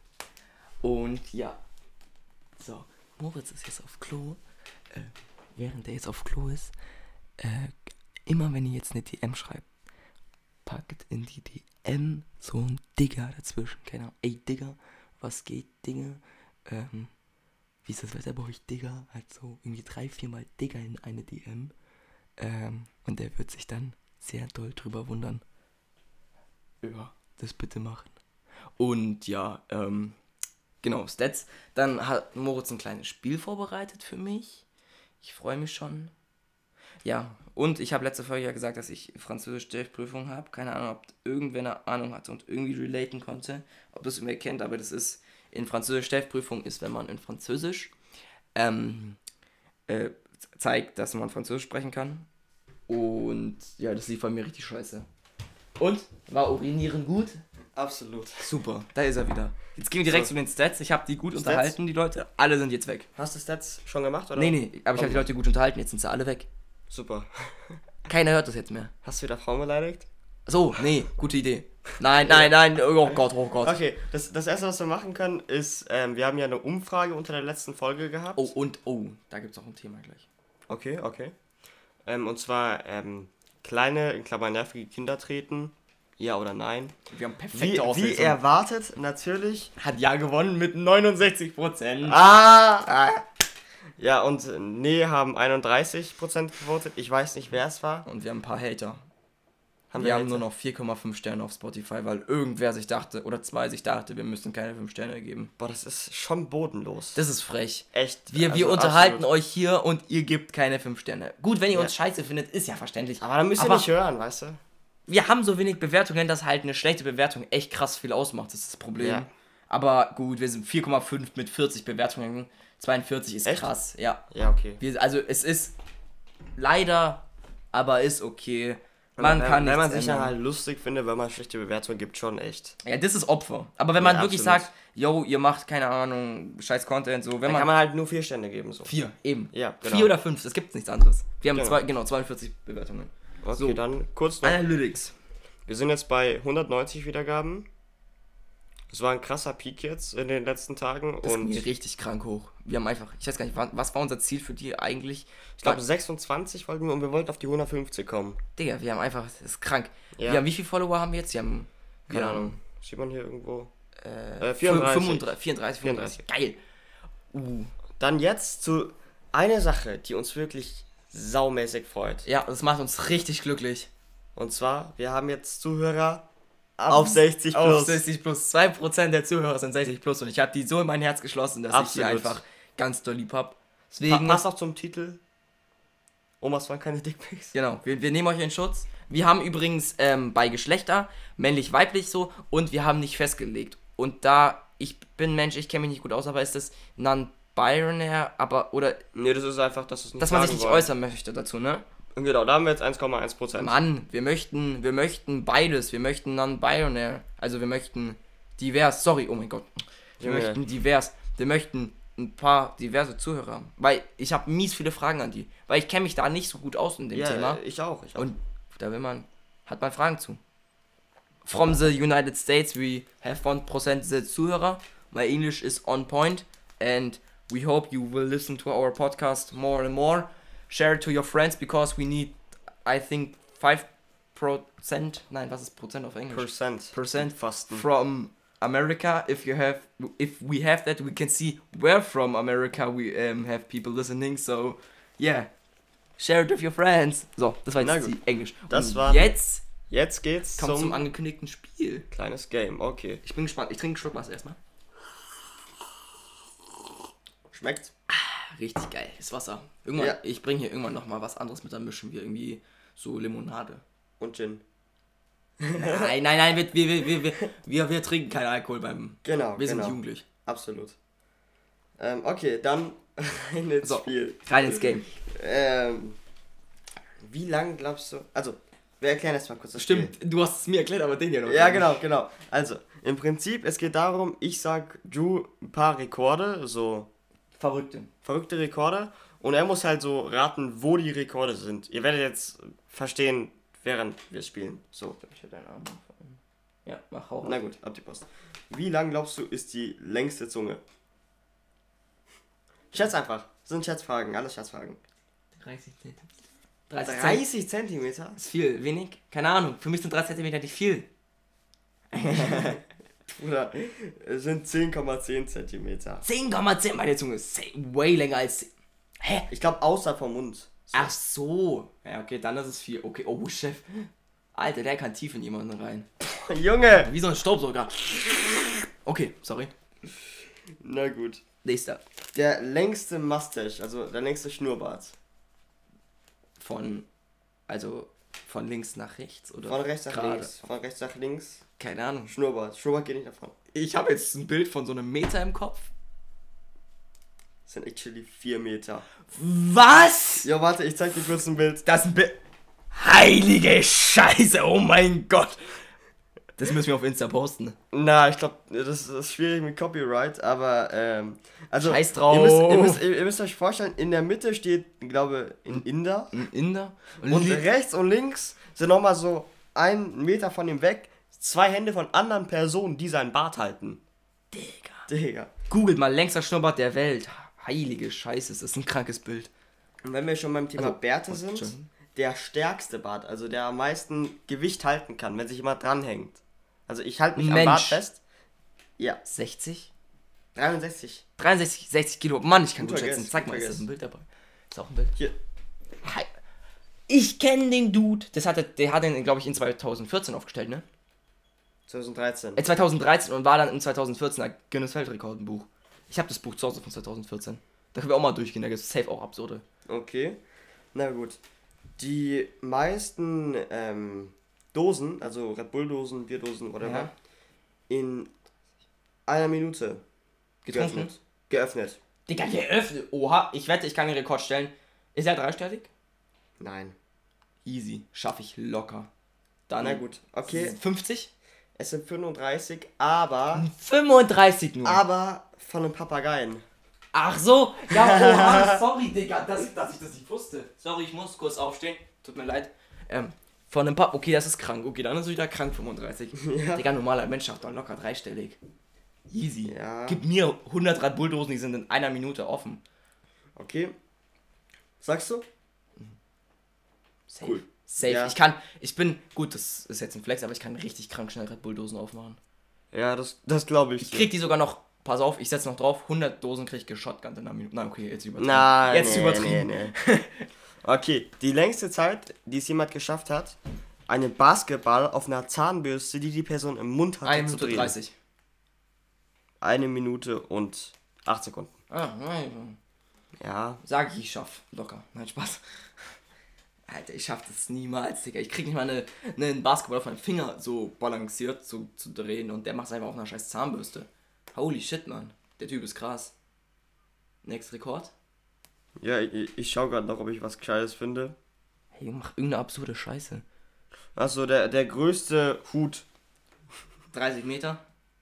[SPEAKER 1] und ja. So, Moritz ist jetzt auf Klo. Äh, während er jetzt auf Klo ist, äh, immer wenn ihr jetzt eine D M schreibt, packt in die D M so ein Digger dazwischen. Keine Ahnung. Ey, Digger, was geht, Dinge? Ähm, wie ist das Wetter bei euch, Digger? Halt so irgendwie drei, viermal Digger in eine D M. Ähm, und der wird sich dann sehr doll drüber wundern. Ja, das bitte machen. Und ja, ähm, genau, Stats. Dann hat Moritz ein kleines Spiel vorbereitet für mich. Ich freue mich schon. Ja, und ich habe letzte Folge ja gesagt, dass ich Französisch-Prüfung habe. Keine Ahnung, ob irgendwer eine Ahnung hatte und irgendwie relaten konnte. Ob das irgendwer kennt, aber das ist, in Französisch-Prüfung ist, wenn man in Französisch ähm, äh, zeigt, dass man Französisch sprechen kann. Und ja, das lief bei mir richtig scheiße. Und? War Urinieren gut?
[SPEAKER 2] Absolut.
[SPEAKER 1] Super, da ist er wieder. Jetzt gehen wir direkt
[SPEAKER 2] So.
[SPEAKER 1] zu den Stats. Ich habe die gut
[SPEAKER 2] Stats?
[SPEAKER 1] unterhalten, die Leute. Alle sind jetzt weg.
[SPEAKER 2] Hast du Stats schon gemacht, oder?
[SPEAKER 1] Nee, nee, aber ich habe die Leute gut unterhalten. Jetzt sind sie alle weg.
[SPEAKER 2] Super.
[SPEAKER 1] Keiner hört das jetzt mehr.
[SPEAKER 2] Hast du wieder Frauen beleidigt?
[SPEAKER 1] So, nee, gute Idee. Nein, nein, nein, oh Gott, oh Gott.
[SPEAKER 2] Okay, das, das erste, was wir machen können, ist, ähm, wir haben ja eine Umfrage unter der letzten Folge gehabt.
[SPEAKER 1] Oh, und, oh, da gibt es auch ein Thema gleich.
[SPEAKER 2] Okay, okay. Ähm, und zwar, ähm, kleine, in Klammern nervige Kinder treten. Ja oder nein?
[SPEAKER 1] Wir haben
[SPEAKER 2] Wie,
[SPEAKER 1] perfekte
[SPEAKER 2] wie
[SPEAKER 1] Auslesung.
[SPEAKER 2] erwartet, natürlich.
[SPEAKER 1] Hat ja gewonnen mit neunundsechzig Prozent.
[SPEAKER 2] Ah! ah. Ja, und nee haben einunddreißig Prozent gewotet. Ich weiß nicht, wer es war.
[SPEAKER 1] Und wir haben ein paar Hater.
[SPEAKER 2] Haben
[SPEAKER 1] wir
[SPEAKER 2] wir
[SPEAKER 1] haben
[SPEAKER 2] Hater?
[SPEAKER 1] nur noch vier Komma fünf Sterne auf Spotify, weil irgendwer sich dachte, oder zwei sich dachte, wir müssen keine fünf Sterne geben.
[SPEAKER 2] Boah, das ist schon bodenlos.
[SPEAKER 1] Das ist frech.
[SPEAKER 2] Echt.
[SPEAKER 1] Wir, wir
[SPEAKER 2] also
[SPEAKER 1] unterhalten
[SPEAKER 2] absolut.
[SPEAKER 1] euch hier und ihr gebt keine fünf Sterne. Gut, wenn ihr
[SPEAKER 2] Ja.
[SPEAKER 1] uns scheiße findet, ist ja verständlich.
[SPEAKER 2] Aber dann müsst ihr
[SPEAKER 1] Aber
[SPEAKER 2] nicht hören, weißt du?
[SPEAKER 1] wir haben so wenig Bewertungen, dass halt eine schlechte Bewertung echt krass viel ausmacht. Das ist das Problem.
[SPEAKER 2] Ja.
[SPEAKER 1] Aber gut, wir sind vier Komma fünf mit vierzig Bewertungen. zweiundvierzig ist
[SPEAKER 2] Echt?
[SPEAKER 1] krass, ja.
[SPEAKER 2] Ja, okay.
[SPEAKER 1] Wir, also es ist leider, aber ist okay.
[SPEAKER 2] Wenn
[SPEAKER 1] Man
[SPEAKER 2] wenn,
[SPEAKER 1] kann
[SPEAKER 2] Wenn man
[SPEAKER 1] nichts
[SPEAKER 2] sich dann
[SPEAKER 1] ändern.
[SPEAKER 2] halt lustig findet, wenn man schlechte Bewertungen gibt, schon echt.
[SPEAKER 1] Ja, das ist Opfer. Aber wenn man
[SPEAKER 2] Ja,
[SPEAKER 1] wirklich
[SPEAKER 2] absolut.
[SPEAKER 1] sagt, yo, ihr macht, keine Ahnung, scheiß Content, so, wenn
[SPEAKER 2] Dann
[SPEAKER 1] man...
[SPEAKER 2] kann man halt nur vier Sterne geben, so.
[SPEAKER 1] Vier, eben.
[SPEAKER 2] Ja, genau.
[SPEAKER 1] Vier oder fünf, es gibt nichts anderes. Wir haben
[SPEAKER 2] Genau.
[SPEAKER 1] zwei, genau, zweiundvierzig Bewertungen.
[SPEAKER 2] Okay,
[SPEAKER 1] So.
[SPEAKER 2] dann kurz noch.
[SPEAKER 1] Analytics.
[SPEAKER 2] Wir sind jetzt bei hundertneunzig Wiedergaben. Das war ein krasser Peak jetzt in den letzten Tagen.
[SPEAKER 1] Das
[SPEAKER 2] und
[SPEAKER 1] ging richtig krank hoch. Wir haben einfach, ich weiß gar nicht, wa- was war unser Ziel für die eigentlich?
[SPEAKER 2] ich glaube sechsundzwanzig wollten wir und wir wollten auf die hundertfünfzig kommen.
[SPEAKER 1] Digga, wir haben einfach, das ist krank.
[SPEAKER 2] Ja.
[SPEAKER 1] Wir haben, wie viele Follower haben wir jetzt? Wir haben,
[SPEAKER 2] Keine Ahnung. Sieht man hier irgendwo?
[SPEAKER 1] Äh,
[SPEAKER 2] Äh, vierunddreißig.
[SPEAKER 1] fünfunddreißig, vierunddreißig, fünfunddreißig. Geil. Uh.
[SPEAKER 2] Dann jetzt zu einer Sache, die uns wirklich saumäßig freut.
[SPEAKER 1] Ja, das macht uns richtig glücklich.
[SPEAKER 2] Und zwar, wir haben jetzt Zuhörer auf sechzig
[SPEAKER 1] Auf
[SPEAKER 2] plus.
[SPEAKER 1] sechzig plus. zwei Prozent der Zuhörer sind sechzig plus und ich habe die so in mein Herz geschlossen, dass ich die
[SPEAKER 2] Absolut.
[SPEAKER 1] einfach ganz doll lieb hab.
[SPEAKER 2] Pa
[SPEAKER 1] Deswegen,
[SPEAKER 2] passt auch zum Titel. Omas waren keine Dickpics.
[SPEAKER 1] genau, wir, wir nehmen euch in Schutz. Wir haben übrigens ähm, bei Geschlechter, männlich, weiblich so, und wir haben nicht festgelegt. Und da, ich bin Mensch, ich kenne mich nicht gut aus, aber ist das non-binary, aber, oder,
[SPEAKER 2] Nee, das ist einfach, dass es nicht
[SPEAKER 1] dass man sich
[SPEAKER 2] sagen
[SPEAKER 1] nicht
[SPEAKER 2] wollen.
[SPEAKER 1] äußern möchte dazu, ne?
[SPEAKER 2] Genau, da haben wir jetzt eins Komma eins Prozent.
[SPEAKER 1] Mann, wir möchten, wir möchten beides. Wir möchten non-binary. Also wir möchten divers. Sorry, oh mein Gott. Wir
[SPEAKER 2] Junge.
[SPEAKER 1] möchten divers. Wir möchten ein paar diverse Zuhörer haben. Weil ich habe mies viele Fragen an die. Weil ich kenne mich da nicht so gut aus in dem
[SPEAKER 2] Ja,
[SPEAKER 1] Thema.
[SPEAKER 2] ich auch, ich auch.
[SPEAKER 1] Und da will man, hat man Fragen zu. From the United States, we have one percent the Zuhörer. My English is on point. And we hope you will listen to our podcast more and more. Share it to your friends because we need, I think, five percent. Nein, was ist Prozent auf Englisch?
[SPEAKER 2] Percent.
[SPEAKER 1] Percent
[SPEAKER 2] Fasten.
[SPEAKER 1] from America. If you have, if we have that, we can see where from America we um, have people listening. So, yeah, share it with your friends. So, das war
[SPEAKER 2] Na
[SPEAKER 1] jetzt
[SPEAKER 2] gut.
[SPEAKER 1] die Englisch.
[SPEAKER 2] Das
[SPEAKER 1] Und
[SPEAKER 2] war-
[SPEAKER 1] jetzt
[SPEAKER 2] Jetzt geht's
[SPEAKER 1] kommt
[SPEAKER 2] zum,
[SPEAKER 1] zum angekündigten Spiel.
[SPEAKER 2] kleines Game. Okay.
[SPEAKER 1] Ich bin gespannt. Ich trinke einen Schluck Wasser erstmal.
[SPEAKER 2] Schmeckt?
[SPEAKER 1] Richtig geil, das Wasser. Irgendwann,
[SPEAKER 2] Ja.
[SPEAKER 1] ich bringe hier irgendwann nochmal was anderes mit, dann mischen wir irgendwie so Limonade.
[SPEAKER 2] Und Gin.
[SPEAKER 1] Nein, nein, nein, wir, wir, wir, wir, wir, wir trinken keinen Alkohol beim...
[SPEAKER 2] Genau,
[SPEAKER 1] Wir sind
[SPEAKER 2] genau.
[SPEAKER 1] jugendlich.
[SPEAKER 2] Absolut. Ähm, okay, dann rein ins
[SPEAKER 1] So,
[SPEAKER 2] Spiel.
[SPEAKER 1] rein ins Game.
[SPEAKER 2] Ähm, wie lang glaubst du... Also, wir erklären jetzt mal kurz das
[SPEAKER 1] Stimmt,
[SPEAKER 2] Spiel.
[SPEAKER 1] du hast es mir erklärt, aber den ja noch
[SPEAKER 2] Ja,
[SPEAKER 1] nicht.
[SPEAKER 2] genau, genau. Also, im Prinzip, es geht darum, ich sag Drew ein paar Rekorde, so
[SPEAKER 1] Verrückte.
[SPEAKER 2] verrückte Rekorde, und er muss halt so raten, wo die Rekorde sind. Ihr werdet jetzt verstehen, während wir spielen. So.
[SPEAKER 1] Ich hab deinen Arm gefallen. Ja, mach auch.
[SPEAKER 2] Na gut, ab die Post. Wie lang glaubst du, ist die längste Zunge? Schätz einfach. Das sind Schätzfragen, alles Schätzfragen.
[SPEAKER 1] dreißig Zentimeter. dreißig Zentimeter.
[SPEAKER 2] dreißig Zentimeter?
[SPEAKER 1] Ist viel, wenig? Keine Ahnung, für mich sind dreißig Zentimeter nicht viel.
[SPEAKER 2] Bruder, es sind zehn Komma zehn Zentimeter.
[SPEAKER 1] zehn Komma zehn, meine Zunge ist way länger als... Hä?
[SPEAKER 2] Ich glaube, außer vom Mund. So.
[SPEAKER 1] Ach so. Ja, okay, dann ist es viel. Okay, oh, Chef. Alter, der kann tief in jemanden rein.
[SPEAKER 2] Junge!
[SPEAKER 1] Wie so ein Staubsauger. Okay, sorry.
[SPEAKER 2] Na gut.
[SPEAKER 1] Nächster.
[SPEAKER 2] Der längste Mustache, also der längste Schnurrbart.
[SPEAKER 1] Von, also, von links nach rechts, oder?
[SPEAKER 2] Von rechts nach
[SPEAKER 1] gerade?
[SPEAKER 2] links. Von rechts nach links.
[SPEAKER 1] Keine Ahnung.
[SPEAKER 2] Schnurrbart. Schnurrbart geht nicht davon.
[SPEAKER 1] Ich habe jetzt ein Bild von so einem Meter im Kopf.
[SPEAKER 2] Das sind actually vier Meter.
[SPEAKER 1] Was?
[SPEAKER 2] Ja, warte, ich zeig dir kurz ein Bild.
[SPEAKER 1] Das ist ein Bild. Heilige Scheiße, oh mein Gott. Das müssen wir auf Insta posten.
[SPEAKER 2] Na, ich glaube, das ist schwierig mit Copyright, aber, ähm, also,
[SPEAKER 1] Scheiß drauf.
[SPEAKER 2] Ihr müsst, ihr, müsst, ihr müsst euch vorstellen, in der Mitte steht, ich glaube, ein Inder.
[SPEAKER 1] Ein Inder. Und,
[SPEAKER 2] Und
[SPEAKER 1] li-
[SPEAKER 2] rechts und links sind nochmal so einen Meter von ihm weg zwei Hände von anderen Personen, die seinen Bart halten.
[SPEAKER 1] Digga.
[SPEAKER 2] Digga.
[SPEAKER 1] Googelt mal längster Schnurrbart der Welt. Heilige Scheiße, das ist ein krankes Bild.
[SPEAKER 2] Und wenn wir schon beim Thema
[SPEAKER 1] Also,
[SPEAKER 2] Bärte
[SPEAKER 1] oh,
[SPEAKER 2] sind,
[SPEAKER 1] Entschuldigung.
[SPEAKER 2] der stärkste Bart, also der am meisten Gewicht halten kann, wenn sich jemand dranhängt. Also ich halte mich
[SPEAKER 1] Mensch.
[SPEAKER 2] am Bart fest. Ja,
[SPEAKER 1] sechzig?
[SPEAKER 2] dreiundsechzig.
[SPEAKER 1] dreiundsechzig, sechzig Kilo. Mann, ich kann
[SPEAKER 2] Guter
[SPEAKER 1] gut schätzen.
[SPEAKER 2] Guess,
[SPEAKER 1] Zeig mal,
[SPEAKER 2] guter
[SPEAKER 1] ist das
[SPEAKER 2] Guess.
[SPEAKER 1] ein Bild dabei? Ist auch ein Bild.
[SPEAKER 2] Hier.
[SPEAKER 1] Hi. Ich kenne den Dude. Das hat er, der hat den, glaube ich, in zweitausendvierzehn aufgestellt, ne?
[SPEAKER 2] zweitausenddreizehn.
[SPEAKER 1] Äh, zweitausenddreizehn und war dann in zweitausendvierzehn Guinness Weltrekordenbuch. Ich habe das Buch zu Hause von zweitausendvierzehn. Da können wir auch mal durchgehen, da gibt es safe auch absurde.
[SPEAKER 2] Okay. Na gut. Die meisten ähm, Dosen, also Red Bull Dosen, Bierdosen, whatever,
[SPEAKER 1] Ja.
[SPEAKER 2] in einer Minute
[SPEAKER 1] Getrunken?
[SPEAKER 2] geöffnet. Geöffnet.
[SPEAKER 1] Digga, geöffnet. Oha, ich wette, ich kann den Rekord stellen. Ist er dreistellig?
[SPEAKER 2] Nein.
[SPEAKER 1] Easy, schaffe ich locker. Dann
[SPEAKER 2] Na gut. Okay.
[SPEAKER 1] fünfzig?
[SPEAKER 2] Es sind fünfunddreißig, aber
[SPEAKER 1] fünfunddreißig nur.
[SPEAKER 2] aber von einem Papageien.
[SPEAKER 1] Ach so, ja, oha, sorry, Digga, dass, dass ich das nicht wusste. Sorry, ich muss kurz aufstehen. Tut mir leid. Ähm, von einem Pap, okay, das ist krank. Okay, dann ist es wieder krank, fünfunddreißig.
[SPEAKER 2] Ja.
[SPEAKER 1] Digga, normaler Mensch schafft doch locker dreistellig. Easy.
[SPEAKER 2] Ja.
[SPEAKER 1] Gib mir hundert Red Bull Dosen, die sind in einer Minute offen.
[SPEAKER 2] Okay. Sagst du?
[SPEAKER 1] Safe.
[SPEAKER 2] Cool.
[SPEAKER 1] Safe.
[SPEAKER 2] Ja.
[SPEAKER 1] Ich kann, ich bin, gut, das ist jetzt ein Flex, aber ich kann richtig krank schnell Red Bull Dosen aufmachen.
[SPEAKER 2] Ja, das, das glaube ich.
[SPEAKER 1] Ich krieg die sogar noch, pass auf, ich setze noch drauf, hundert Dosen krieg ich geshotgun in einer Minute. Na, okay, jetzt übertrieben.
[SPEAKER 2] Nein,
[SPEAKER 1] jetzt
[SPEAKER 2] nee,
[SPEAKER 1] übertrieben.
[SPEAKER 2] Nee, nee. Okay, die längste Zeit, die es jemand geschafft hat, einen Basketball auf einer Zahnbürste, die die Person im Mund hatte,
[SPEAKER 1] eine
[SPEAKER 2] zu
[SPEAKER 1] Minute
[SPEAKER 2] drehen.
[SPEAKER 1] dreißig.
[SPEAKER 2] Eine Minute und acht Sekunden.
[SPEAKER 1] Ah, nein.
[SPEAKER 2] Ja.
[SPEAKER 1] Sag ich, ich schaff. Locker. Nein, Spaß. Alter, ich schaff das niemals, Digga. Ich krieg nicht mal eine, einen Basketball auf meinen Finger so balanciert zu, zu drehen und der macht's einfach auf einer scheiß Zahnbürste. Holy shit, Mann. Der Typ ist krass. Nächster Rekord?
[SPEAKER 2] Ja, ich, ich schau gerade noch, ob ich was Gescheites finde.
[SPEAKER 1] Hey, Junge, mach irgendeine absurde Scheiße.
[SPEAKER 2] Achso, der, der größte Hut,
[SPEAKER 1] dreißig Meter?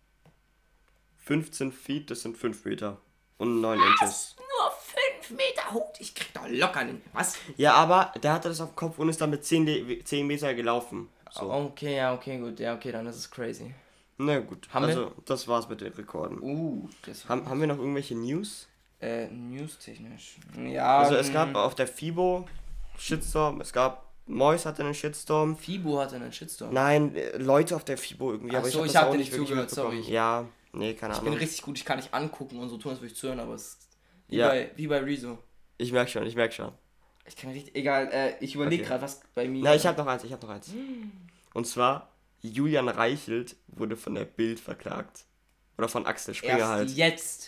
[SPEAKER 2] fünfzehn Feet, das sind fünf Meter. Und neun Inches.
[SPEAKER 1] Nur fünf Meter Hut? Ich krieg doch locker einen. Was?
[SPEAKER 2] Ja, aber der hatte das auf dem Kopf und ist dann mit zehn, Le- zehn Meter gelaufen. So.
[SPEAKER 1] Okay, ja, okay, gut. Ja, okay, dann ist es crazy.
[SPEAKER 2] Na gut,
[SPEAKER 1] Haben
[SPEAKER 2] also das war's mit den Rekorden.
[SPEAKER 1] Uh, das
[SPEAKER 2] Haben, haben wir noch irgendwelche News?
[SPEAKER 1] Äh, newstechnisch. Ja.
[SPEAKER 2] Also es
[SPEAKER 1] ähm,
[SPEAKER 2] gab auf der FIBO Shitstorm, es gab Mois hatte einen Shitstorm.
[SPEAKER 1] Fibo hatte einen Shitstorm.
[SPEAKER 2] Nein, äh, Leute auf der FIBO irgendwie,
[SPEAKER 1] Ach
[SPEAKER 2] aber
[SPEAKER 1] so,
[SPEAKER 2] ich
[SPEAKER 1] ich
[SPEAKER 2] habe
[SPEAKER 1] hab
[SPEAKER 2] das auch
[SPEAKER 1] dir
[SPEAKER 2] nicht
[SPEAKER 1] nicht
[SPEAKER 2] wirklich
[SPEAKER 1] zugehört,
[SPEAKER 2] mitbekommen.
[SPEAKER 1] sorry.
[SPEAKER 2] Ja, nee, keine
[SPEAKER 1] Ich bin
[SPEAKER 2] Ahnung.
[SPEAKER 1] richtig gut, ich kann nicht angucken und so tun, als würde ich zuhören, aber es ist wie,
[SPEAKER 2] Ja.
[SPEAKER 1] bei, wie bei Rezo.
[SPEAKER 2] Ich merk schon, ich merk schon.
[SPEAKER 1] Ich kann richtig, egal, äh, ich überlege
[SPEAKER 2] Okay.
[SPEAKER 1] gerade, was bei mir...
[SPEAKER 2] Na, ich habe noch eins, ich habe noch eins. Und zwar, Julian Reichelt wurde von der Bild verklagt. Oder von Axel Springer
[SPEAKER 1] Erst
[SPEAKER 2] halt.
[SPEAKER 1] jetzt.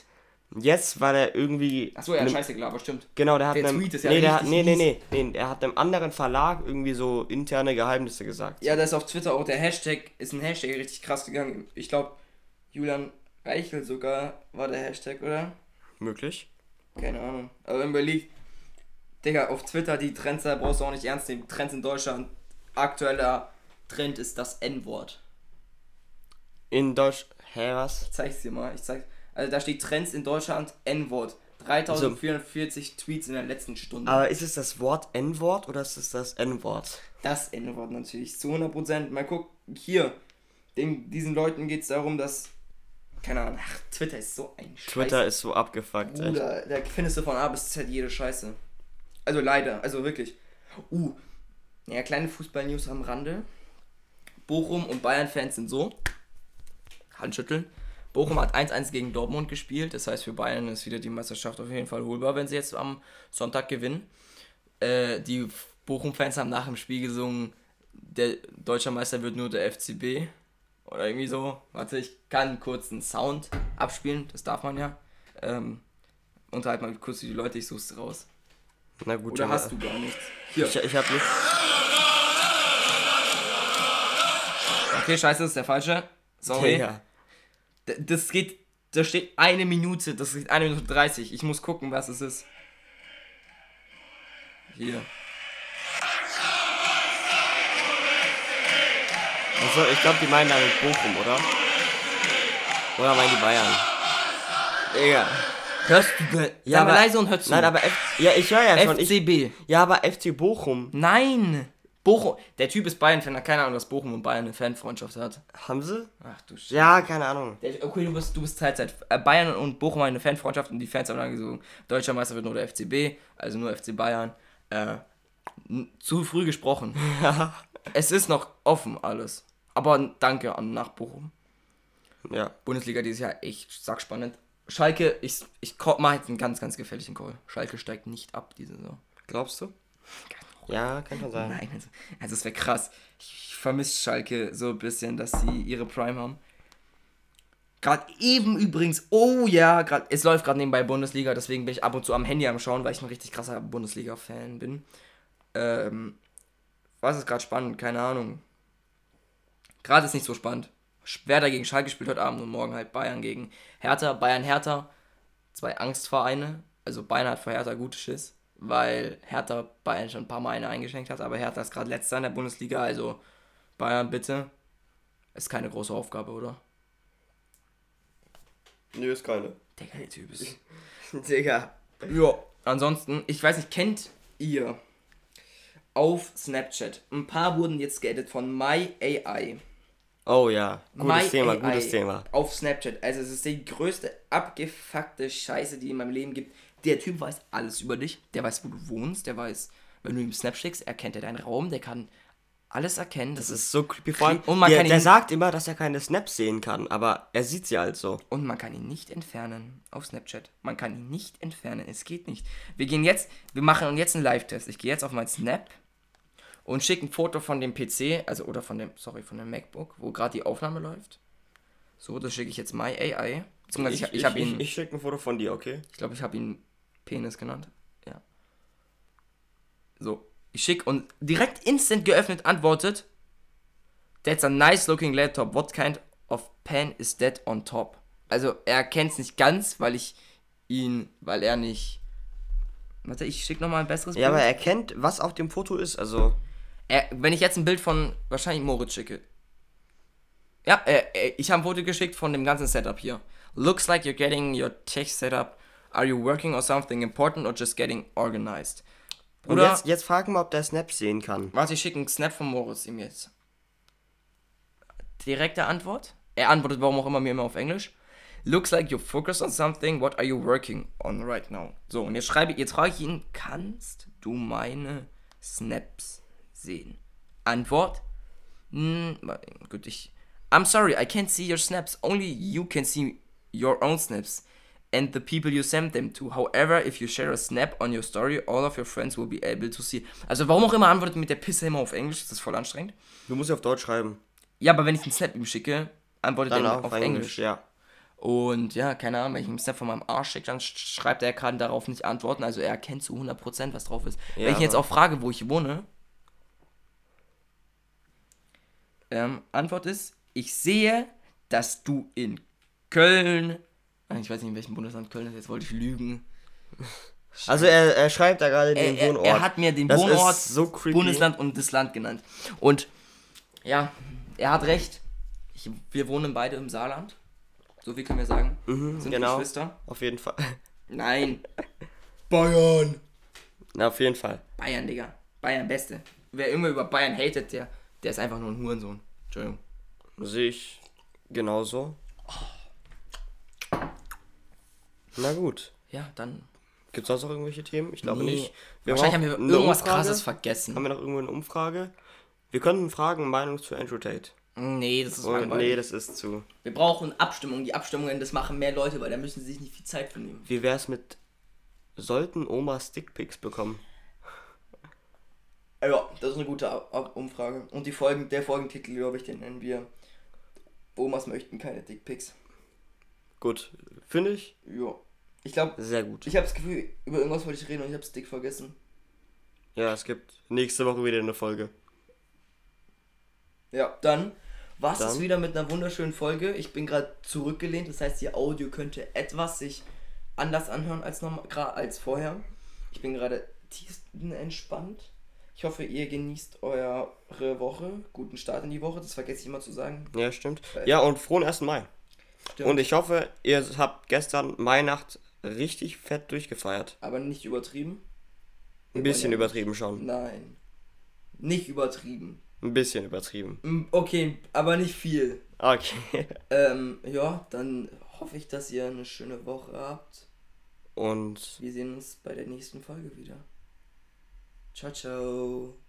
[SPEAKER 2] Jetzt war der irgendwie...
[SPEAKER 1] Achso, ja,
[SPEAKER 2] einem-
[SPEAKER 1] scheiße, aber stimmt.
[SPEAKER 2] Genau, der hat
[SPEAKER 1] Der
[SPEAKER 2] einem,
[SPEAKER 1] Tweet ist ja
[SPEAKER 2] nee, der hat,
[SPEAKER 1] richtig
[SPEAKER 2] nee, nee,
[SPEAKER 1] mies.
[SPEAKER 2] nee, nee, er hat einem anderen Verlag irgendwie so interne Geheimnisse gesagt.
[SPEAKER 1] Ja, da ist auf Twitter auch der Hashtag, ist ein Hashtag richtig krass gegangen. Ich glaube, Julian Reichel sogar war der Hashtag, oder?
[SPEAKER 2] Möglich.
[SPEAKER 1] Keine Ahnung. Aber wenn man überlegt, Digga, auf Twitter die Trends, da brauchst du auch nicht ernst nehmen. Trends in Deutschland, aktueller Trend ist das N-Wort.
[SPEAKER 2] In Deutsch... Hä, was?
[SPEAKER 1] Ich zeig's dir mal, ich zeig. Also da steht Trends in Deutschland, N-Wort. dreitausendvierhundertvierzig Tweets in der letzten Stunde.
[SPEAKER 2] Aber ist es das Wort N-Wort oder ist es das N-Wort?
[SPEAKER 1] Das N-Wort natürlich, zu hundert Prozent. Mal guck, hier, den, diesen Leuten geht's darum, dass, keine Ahnung, ach, Twitter ist so ein Scheiß.
[SPEAKER 2] Twitter ist so abgefuckt, echt.
[SPEAKER 1] Bruder, da findest du von A bis Z jede Scheiße. Also leider, also wirklich. Uh, ja, kleine Fußball-News am Rande. Bochum und Bayern-Fans sind so. Handschütteln. Bochum hat eins eins gegen Dortmund gespielt. Das heißt, für Bayern ist wieder die Meisterschaft auf jeden Fall holbar, wenn sie jetzt am Sonntag gewinnen. Äh, die Bochum-Fans haben nach dem Spiel gesungen, der deutsche Meister wird nur der F C B. Oder irgendwie so. Warte, ich kann kurz einen Sound abspielen. Das darf man ja. Ähm, unterhalt mal kurz die Leute, ich such's raus.
[SPEAKER 2] Na gut,
[SPEAKER 1] Oder
[SPEAKER 2] aber-
[SPEAKER 1] hast du gar nichts? Hier.
[SPEAKER 2] Ich, ich hab nichts.
[SPEAKER 1] Okay, scheiße, das ist der falsche. Sorry.
[SPEAKER 2] Ja.
[SPEAKER 1] D- Das geht, da steht eine Minute, das geht eine Minute dreißig. Ich muss gucken, was es ist. Hier.
[SPEAKER 2] Also, ich glaube, die meinen damit Bochum, oder? Oder meinen die Bayern? Digga.
[SPEAKER 1] Hörst du denn?
[SPEAKER 2] Ja,
[SPEAKER 1] Sei mal
[SPEAKER 2] aber-
[SPEAKER 1] leise und hör zu.
[SPEAKER 2] Nein, aber F- ja, ich höre ja schon.
[SPEAKER 1] F
[SPEAKER 2] Ich,
[SPEAKER 1] C B.
[SPEAKER 2] ja, aber F C Bochum.
[SPEAKER 1] Nein. Bochum. Der Typ ist Bayern-Fan, hat keine Ahnung, dass Bochum und Bayern eine Fanfreundschaft hat.
[SPEAKER 2] Haben sie?
[SPEAKER 1] Ach du Scheiße.
[SPEAKER 2] Ja, keine Ahnung.
[SPEAKER 1] Der, okay, du bist, du bist Teilzeit. Äh, Bayern und Bochum haben eine Fanfreundschaft und die Fans haben dann gesagt, deutscher Meister wird nur der F C B, also nur F C Bayern. Äh, n- zu früh gesprochen. Es ist noch offen alles. Aber danke an nach Bochum.
[SPEAKER 2] Ja.
[SPEAKER 1] Bundesliga dieses Jahr echt sackspannend. Schalke, ich, ich mache jetzt einen ganz, ganz gefährlichen Call. Schalke steigt nicht ab diese Saison.
[SPEAKER 2] Glaubst du? Ja, kann schon sein.
[SPEAKER 1] Nein, also, also es wäre krass. Ich vermisse Schalke so ein bisschen, dass sie ihre Prime haben. Gerade eben übrigens, oh ja, grad, es läuft gerade nebenbei Bundesliga, deswegen bin ich ab und zu am Handy am Schauen, weil ich ein richtig krasser Bundesliga-Fan bin. Ähm, was ist gerade spannend? Keine Ahnung. Gerade ist nicht so spannend. Werder gegen Schalke spielt heute Abend und morgen halt Bayern gegen Hertha. Bayern-Hertha, zwei Angstvereine. Also Bayern hat vor Hertha gute Schiss, weil Hertha Bayern schon ein paar Mal eine eingeschenkt hat, aber Hertha ist gerade letzter in der Bundesliga, also Bayern bitte. Ist keine große Aufgabe, oder?
[SPEAKER 2] Nö, ist keine.
[SPEAKER 1] Digga, der Typ ist...
[SPEAKER 2] Digga.
[SPEAKER 1] Ja, ansonsten, ich weiß nicht, kennt ihr auf Snapchat, ein paar wurden jetzt geedit von MyAI.
[SPEAKER 2] Oh ja, gutes
[SPEAKER 1] My
[SPEAKER 2] Thema,
[SPEAKER 1] A I
[SPEAKER 2] gutes Thema.
[SPEAKER 1] Auf Snapchat. Also es ist die größte abgefuckte Scheiße, die es in meinem Leben gibt. Der Typ weiß alles über dich. Der weiß, wo du wohnst. Der weiß, wenn du ihm Snap schickst, erkennt er deinen Raum. Der kann alles erkennen. Das,
[SPEAKER 2] Das
[SPEAKER 1] ist
[SPEAKER 2] ist so creepy. Vor allem,
[SPEAKER 1] Und man
[SPEAKER 2] der,
[SPEAKER 1] kann ihn-
[SPEAKER 2] der sagt immer, dass er keine Snaps sehen kann, aber er sieht sie halt so.
[SPEAKER 1] Und man kann ihn nicht entfernen auf Snapchat. Man kann ihn nicht entfernen. Es geht nicht. Wir gehen jetzt, wir machen jetzt einen Live-Test. Ich gehe jetzt auf mein Snap und schicke ein Foto von dem P C, also oder von dem, sorry, von dem MacBook, wo gerade die Aufnahme läuft. So, das schicke ich jetzt MyAI. Beziehungsweise ich, ich, ich habe ihn,
[SPEAKER 2] Ich, ich schicke ein Foto von dir, okay?
[SPEAKER 1] ich glaube, ich habe ihn Penis genannt. Ja. So, ich schicke und direkt instant geöffnet antwortet: That's a nice looking laptop. What kind of pen is that on top? Also er kennt es nicht ganz, weil ich ihn, weil er nicht. Warte, ich schicke nochmal ein besseres
[SPEAKER 2] Ja, aber
[SPEAKER 1] Bild.
[SPEAKER 2] er kennt, was auf dem Foto ist, also.
[SPEAKER 1] Er, wenn ich jetzt ein Bild von wahrscheinlich Moritz schicke. Ja, äh, äh, ich habe ein Foto geschickt von dem ganzen Setup hier. Looks like you're getting your tech setup. Are you working on something important or just getting organized?
[SPEAKER 2] Und
[SPEAKER 1] Oder,
[SPEAKER 2] jetzt, jetzt fragen wir, ob der Snaps sehen kann.
[SPEAKER 1] warte, ich schicke einen Snap von Moritz ihm jetzt. Direkte Antwort. Er antwortet, warum auch immer, mir immer auf Englisch. Looks like you're focused on something. What are you working on right now? So, und jetzt schreibe ich, jetzt frage ich ihn, kannst du meine Snaps sehen? Antwort. Hm, gut, ich. I'm sorry, I can't see your snaps. Only you can see your own snaps. And the people you send them to. However, if you share a snap on your story, all of your friends will be able to see. Also warum auch immer antwortet mit der Pisse immer auf Englisch, das ist voll anstrengend.
[SPEAKER 2] Du musst ja auf Deutsch schreiben.
[SPEAKER 1] Ja, aber wenn ich einen Snap ihm schicke, antwortet
[SPEAKER 2] Dann
[SPEAKER 1] er
[SPEAKER 2] auch
[SPEAKER 1] auf
[SPEAKER 2] auf
[SPEAKER 1] Englisch.
[SPEAKER 2] Englisch, ja.
[SPEAKER 1] Und ja, keine Ahnung, wenn ich ihm Snap von meinem Arsch schicke, dann sch- schreibt er, er kann darauf nicht antworten. Also er erkennt zu hundert Prozent, was drauf ist.
[SPEAKER 2] Ja,
[SPEAKER 1] wenn ich ihn jetzt
[SPEAKER 2] aber-
[SPEAKER 1] auch frage, wo ich wohne, ähm, Antwort ist, ich sehe, dass du in Köln, Nein, ich weiß nicht, in welchem Bundesland Köln ist, jetzt wollte ich lügen.
[SPEAKER 2] Also er, er schreibt da gerade
[SPEAKER 1] Er,
[SPEAKER 2] den
[SPEAKER 1] er,
[SPEAKER 2] Wohnort.
[SPEAKER 1] er hat mir den
[SPEAKER 2] Das
[SPEAKER 1] Wohnort,
[SPEAKER 2] ist so creepy.
[SPEAKER 1] Bundesland und das Land genannt. Und ja, er hat recht. Ich, wir wohnen beide im Saarland. So viel können wir sagen.
[SPEAKER 2] Mhm,
[SPEAKER 1] Sind
[SPEAKER 2] genau.
[SPEAKER 1] Geschwister.
[SPEAKER 2] Auf jeden Fall.
[SPEAKER 1] Nein. Bayern.
[SPEAKER 2] Na, auf jeden Fall.
[SPEAKER 1] Bayern, Digga. Bayern, Beste. Wer immer über Bayern hatet, der, der ist einfach nur ein Hurensohn. Entschuldigung.
[SPEAKER 2] Sehe ich genauso. Na gut.
[SPEAKER 1] Ja, dann.
[SPEAKER 2] Gibt es sonst noch irgendwelche Themen? Ich glaube
[SPEAKER 1] Nee.
[SPEAKER 2] nicht. Wir
[SPEAKER 1] Wahrscheinlich haben
[SPEAKER 2] auch
[SPEAKER 1] wir
[SPEAKER 2] eine
[SPEAKER 1] irgendwas
[SPEAKER 2] Umfrage.
[SPEAKER 1] Krasses vergessen.
[SPEAKER 2] Haben wir noch irgendwo eine Umfrage? Wir könnten fragen, Meinung zu Andrew Tate.
[SPEAKER 1] Nee, das ist
[SPEAKER 2] Und
[SPEAKER 1] langweilig.
[SPEAKER 2] nee, das ist zu.
[SPEAKER 1] Wir brauchen Abstimmungen. Die Abstimmungen, das machen mehr Leute, weil da müssen sie sich nicht viel Zeit für nehmen.
[SPEAKER 2] Wie wär's mit sollten Omas Dickpics bekommen?
[SPEAKER 1] Ja, das ist eine gute Ab- Ab- Umfrage. Und die Folgen, der Folgentitel, glaube ich, den nennen wir Omas möchten keine Dickpics.
[SPEAKER 2] Gut, finde ich
[SPEAKER 1] Ja. Ich glaube,
[SPEAKER 2] sehr gut.
[SPEAKER 1] ich habe das Gefühl, über irgendwas wollte ich reden und ich habe es dick vergessen.
[SPEAKER 2] Ja, es gibt nächste Woche wieder eine Folge.
[SPEAKER 1] Ja, dann war es das
[SPEAKER 2] Dann?
[SPEAKER 1] wieder mit einer wunderschönen Folge. Ich bin gerade zurückgelehnt, das heißt, ihr Audio könnte etwas sich anders anhören als, normal, gra- als vorher. Ich bin gerade tiefenentspannt. Ich hoffe, ihr genießt eure Woche. Guten Start in die Woche, das vergesse ich immer zu sagen.
[SPEAKER 2] Ja, stimmt.
[SPEAKER 1] Weil-
[SPEAKER 2] Ja, und frohen ersten Mai.
[SPEAKER 1] Stimmt.
[SPEAKER 2] Und ich hoffe, ihr habt gestern Mainacht richtig fett durchgefeiert.
[SPEAKER 1] Aber nicht übertrieben.
[SPEAKER 2] Ein bisschen
[SPEAKER 1] Ja,
[SPEAKER 2] übertrieben schon.
[SPEAKER 1] Nein. Nicht übertrieben.
[SPEAKER 2] Ein bisschen übertrieben.
[SPEAKER 1] Mm, Okay, aber nicht viel.
[SPEAKER 2] Okay.
[SPEAKER 1] Ähm, ja, dann hoffe ich, dass ihr eine schöne Woche habt.
[SPEAKER 2] Und
[SPEAKER 1] Wir sehen uns bei der nächsten Folge wieder. Ciao, ciao.